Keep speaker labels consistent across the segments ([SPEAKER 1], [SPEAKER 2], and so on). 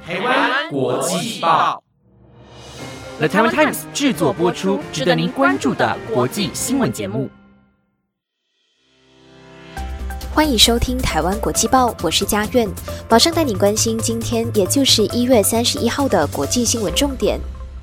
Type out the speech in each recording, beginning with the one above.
[SPEAKER 1] 台湾国际报 The Taiwan Times 制作播出，值得您关注的国际新闻节目。
[SPEAKER 2] 欢迎收听台湾国际报，我是嘉苑，马上带你关心今天也就是1月31号的国际新闻重点。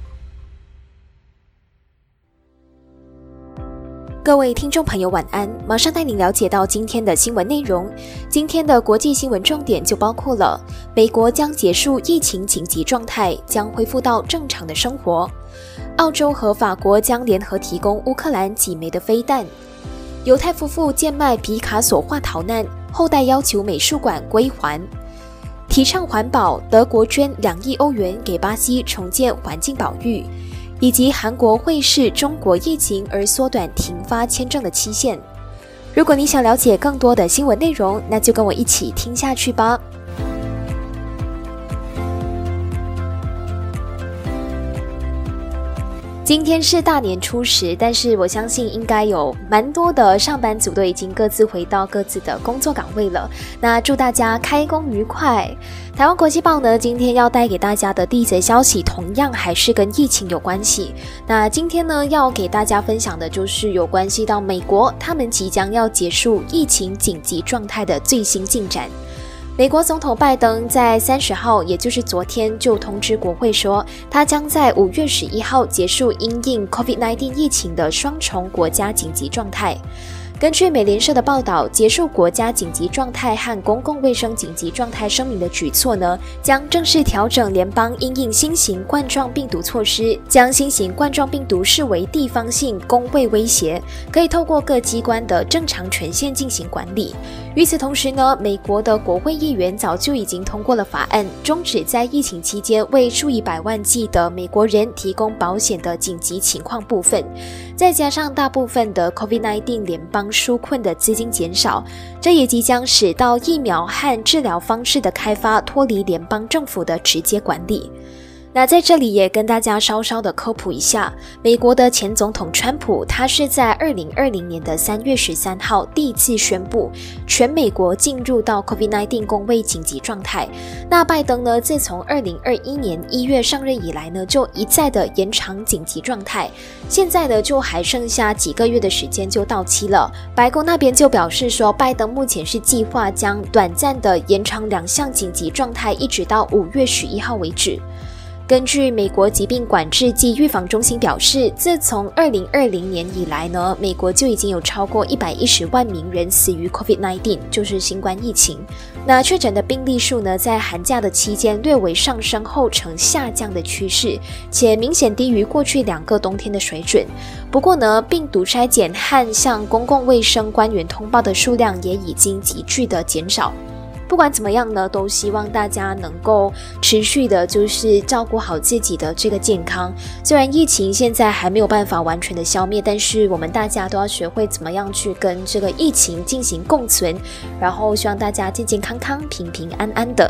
[SPEAKER 2] 各位听众朋友晚安，马上带您了解到今天的新闻内容。今天的国际新闻重点就包括了美国将结束疫情紧急状态，将恢复到正常的生活；澳洲和法国将联合提供乌克兰几枚的飞弹；犹太夫妇贱卖皮卡索画逃难，后代要求美术馆归还；提倡环保，德国捐2亿欧元给巴西重建环境保育；以及韩国会视中国疫情而缩短停发签证的期限。如果你想了解更多的新闻内容，那就跟我一起听下去吧。今天是大年初10，但是我相信应该有蛮多的上班族都已经各自回到各自的工作岗位了。那祝大家开工愉快。台湾国际报呢，今天要带给大家的第一则消息同样还是跟疫情有关系。那今天呢，要给大家分享的就是有关系到美国，他们即将要结束疫情紧急状态的最新进展。美国总统拜登在30号，也就是昨天就通知国会说，他将在5月11号结束因应 COVID-19 疫情的双重国家紧急状态。根据美联社的报道，结束国家紧急状态和公共卫生紧急状态声明的举措呢，将正式调整联邦因应新型冠状病毒措施，将新型冠状病毒视为地方性公卫威胁，可以透过各机关的正常权限进行管理。与此同时呢，美国的国会议员早就已经通过了法案，终止在疫情期间为数以百万计的美国人提供保险的紧急情况部分。再加上大部分的 COVID-19 联邦纾困的资金减少，这也即将使到疫苗和治疗方式的开发脱离联邦政府的直接管理。那在这里也跟大家稍稍的科普一下，美国的前总统川普，他是在2020年的3月13号第一次宣布全美国进入到 COVID-19 公卫紧急状态。那拜登呢，自从2021年1月上任以来呢，就一再的延长紧急状态，现在呢就还剩下几个月的时间就到期了。白宫那边就表示说，拜登目前是计划将短暂的延长2项紧急状态，一直到5月11号为止。根据美国疾病管制及预防中心表示，自从2020年以来呢，美国就已经有超过110万名人死于 COVID-19， 就是新冠疫情。那确诊的病例数呢，在寒假的期间略微上升后呈下降的趋势，且明显低于过去2个冬天的水准。不过呢，病毒筛检和向公共卫生官员通报的数量也已经急剧的减少。不管怎么样呢，都希望大家能够持续的就是照顾好自己的这个健康。虽然疫情现在还没有办法完全的消灭，但是我们大家都要学会怎么样去跟这个疫情进行共存，然后希望大家健健康康、平平安安的。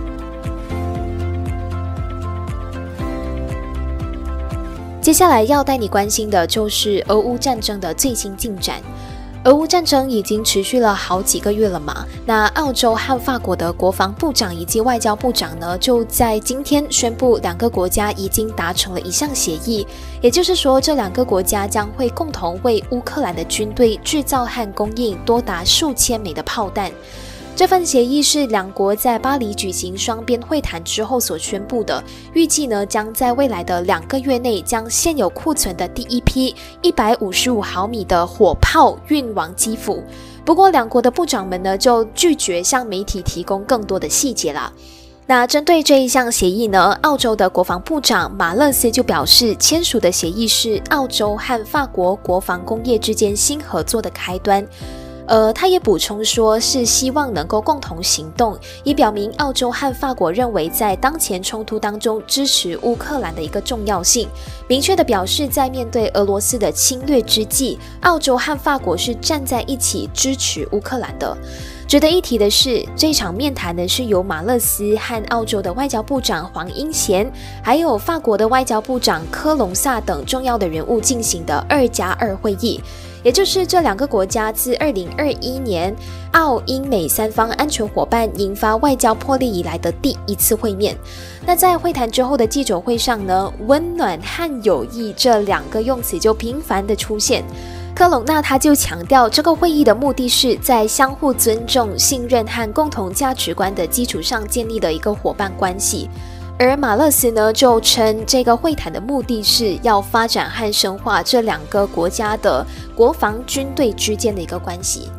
[SPEAKER 2] 接下来要带你关心的就是俄乌战争的最新进展。俄乌战争已经持续了好几个月了嘛，那澳洲和法国的国防部长以及外交部长呢，就在今天宣布2个国家已经达成了一项协议，也就是说这2个国家将会共同为乌克兰的军队制造和供应多达数千枚的炮弹。这份协议是2国在巴黎举行双边会谈之后所宣布的，预计呢将在未来的2个月内将现有库存的第一批155毫米的火炮运往基辅。不过2国的部长们呢就拒绝向媒体提供更多的细节啦。那针对这一项协议呢，澳洲的国防部长马勒斯就表示，签署的协议是澳洲和法国国防工业之间新合作的开端。他也补充说，是希望能够共同行动，以表明澳洲和法国认为在当前冲突当中支持乌克兰的一个重要性，明确地表示在面对俄罗斯的侵略之际，澳洲和法国是站在一起支持乌克兰的。 值得一提的是，这场面谈呢是由马勒斯和澳洲的外交部长黄英贤，还有法国的外交部长科隆萨等重要的人物进行的2+2会议，也就是这两个国家自2021年澳英美三方安全伙伴引发外交破裂以来的第一次会面。那在会谈之后的记者会上呢，温暖和友谊这两个用词就频繁的出现。科隆纳他就强调，这个会议的目的是在相互尊重、信任和共同价值观的基础上建立的一个伙伴关系。而马勒斯呢，就称这个会谈的目的是要发展和深化这两个国家的国防军队之间的一个关系。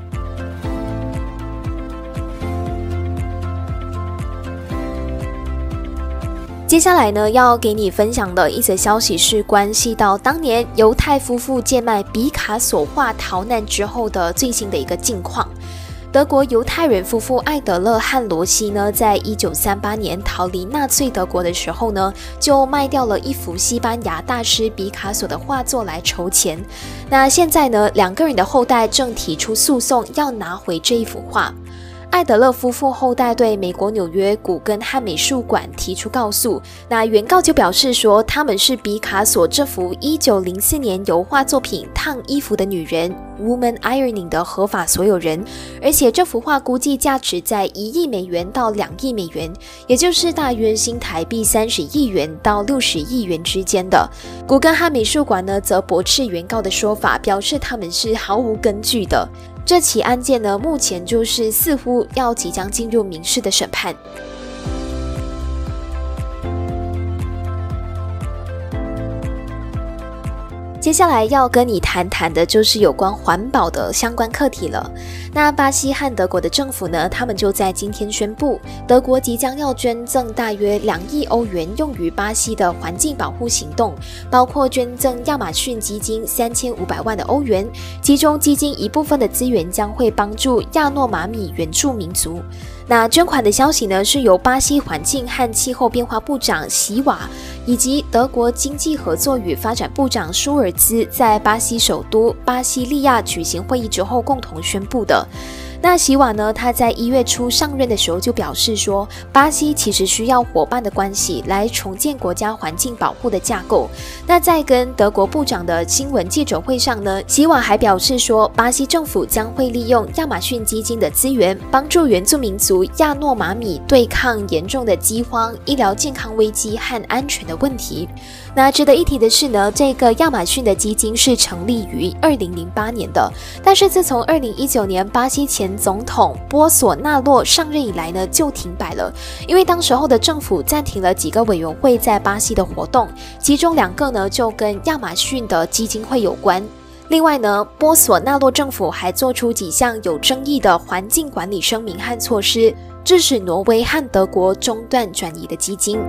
[SPEAKER 2] 接下来呢，要给你分享的一则消息是关系到当年犹太夫妇贱卖毕卡索画逃难之后的最新的一个境况。德国犹太人夫妇艾德勒和罗西呢，在1938年逃离纳粹德国的时候呢，就卖掉了一幅西班牙大师毕卡索的画作来筹钱。那现在呢，两个人的后代正提出诉讼，要拿回这一幅画。艾德勒夫妇后代对美国纽约古根汉美术馆提出告诉，那原告就表示说，他们是毕卡索这幅1904年油画作品《烫衣服的女人》Woman Ironing 的合法所有人，而且这幅画估计价值在1亿美元到2亿美元，也就是大约新台币30亿元到60亿元之间的。古根汉美术馆呢，则驳斥原告的说法，表示他们是毫无根据的。这起案件呢，目前就是似乎要即将进入民事的审判。接下来要跟你谈谈的就是有关环保的相关课题了。那巴西和德国的政府呢，他们就在今天宣布，德国即将要捐赠大约2亿欧元用于巴西的环境保护行动，包括捐赠亚马逊基金3500万的欧元，其中基金一部分的资源将会帮助亚诺马米原住民族。那捐款的消息呢，是由巴西环境和气候变化部长席瓦以及德国经济合作与发展部长舒尔兹在巴西首都巴西利亚举行会议之后共同宣布的。那席瓦呢，他在1月初上任的时候就表示说，巴西其实需要伙伴的关系来重建国家环境保护的架构。那在跟德国部长的新闻记者会上呢，席瓦还表示说，巴西政府将会利用亚马逊基金的资源，帮助原住民族亚诺马米对抗严重的饥荒、医疗健康危机和安全的问题。那值得一提的是呢，这个亚马逊的基金是成立于2008年的，但是自从2019年巴西前总统波索纳洛上任以来呢，就停摆了，因为当时候的政府暂停了几个委员会在巴西的活动，其中2个呢就跟亚马逊的基金会有关。另外呢，波索纳洛政府还做出几项有争议的环境管理声明和措施，致使挪威和德国中断转移的基金。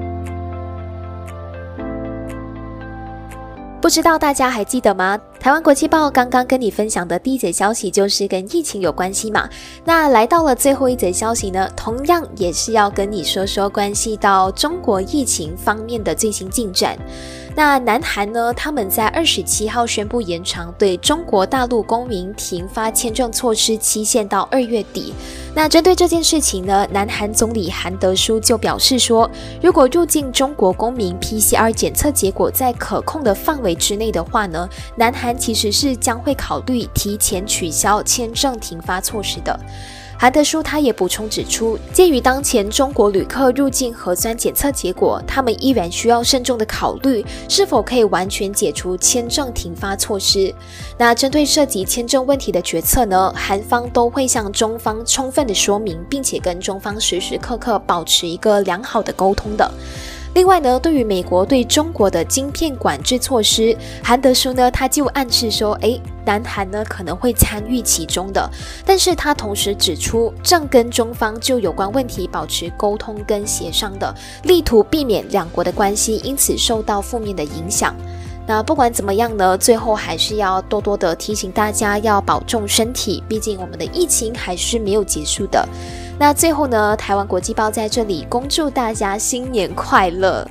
[SPEAKER 2] 不知道大家还记得吗？台湾国际报刚刚跟你分享的第一则消息就是跟疫情有关系嘛。那来到了最后一则消息呢，同样也是要跟你说说关系到中国疫情方面的最新进展。那南韩呢，他们在27号宣布延长对中国大陆公民停发签证措施期限到2月底。那针对这件事情呢，南韩总理韩德洙就表示说，如果入境中国公民 PCR 检测结果在可控的范围之内的话呢，南韩其实是将会考虑提前取消签证停发措施的。韩德洙他也补充指出，鉴于当前中国旅客入境核酸检测结果，他们依然需要慎重的考虑是否可以完全解除签证停发措施。那针对涉及签证问题的决策呢，韩方都会向中方充分的说明，并且跟中方时时刻刻保持一个良好的沟通的。另外呢，对于美国对中国的晶片管制措施，韩德洙呢他就暗示说，南韩呢可能会参与其中的，但是他同时指出，正跟中方就有关问题保持沟通跟协商的，力图避免两国的关系因此受到负面的影响。那不管怎么样呢，最后还是要多多的提醒大家要保重身体，毕竟我们的疫情还是没有结束的。那最后呢，台湾国际报在这里恭祝大家新年快乐。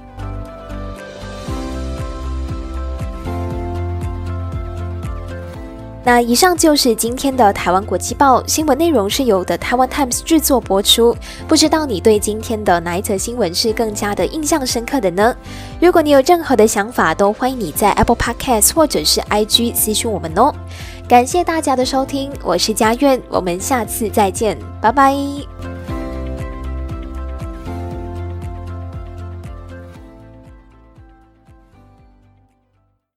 [SPEAKER 2] 那以上就是今天的台湾国际报新闻内容，是由的台湾 Times 制作播出。不知道你对今天的哪一则新闻是更加的印象深刻的呢？如果你有任何的想法，都欢迎你在 Apple Podcast 或者是 IG 私讯我们哦。感谢大家的收听，我是嘉苑，我们下次再见，拜拜。